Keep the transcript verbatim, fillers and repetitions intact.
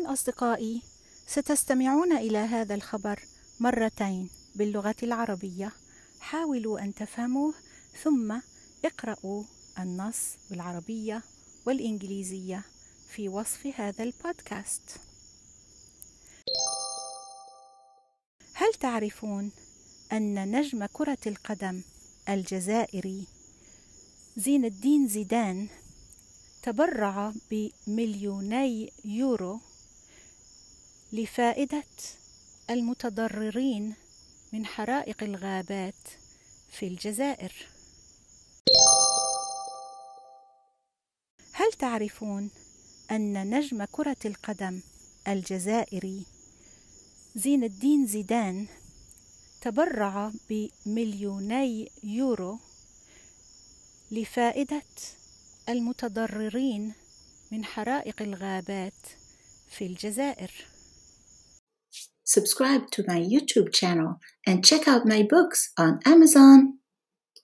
أصدقائي، ستستمعون إلى هذا الخبر مرتين باللغة العربية. حاولوا أن تفهموه ثم اقرأوا النص بالعربية والإنجليزية في وصف هذا البودكاست. هل تعرفون أن نجم كرة القدم الجزائري زين الدين زيدان تبرع بمليوني يورو لفائدة المتضررين من حرائق الغابات في الجزائر؟ هل تعرفون أن نجم كرة القدم الجزائري زين الدين زيدان تبرع بمليوني يورو لفائدة المتضررين من حرائق الغابات في الجزائر؟ Subscribe to my YouTube channel and check out my books on Amazon.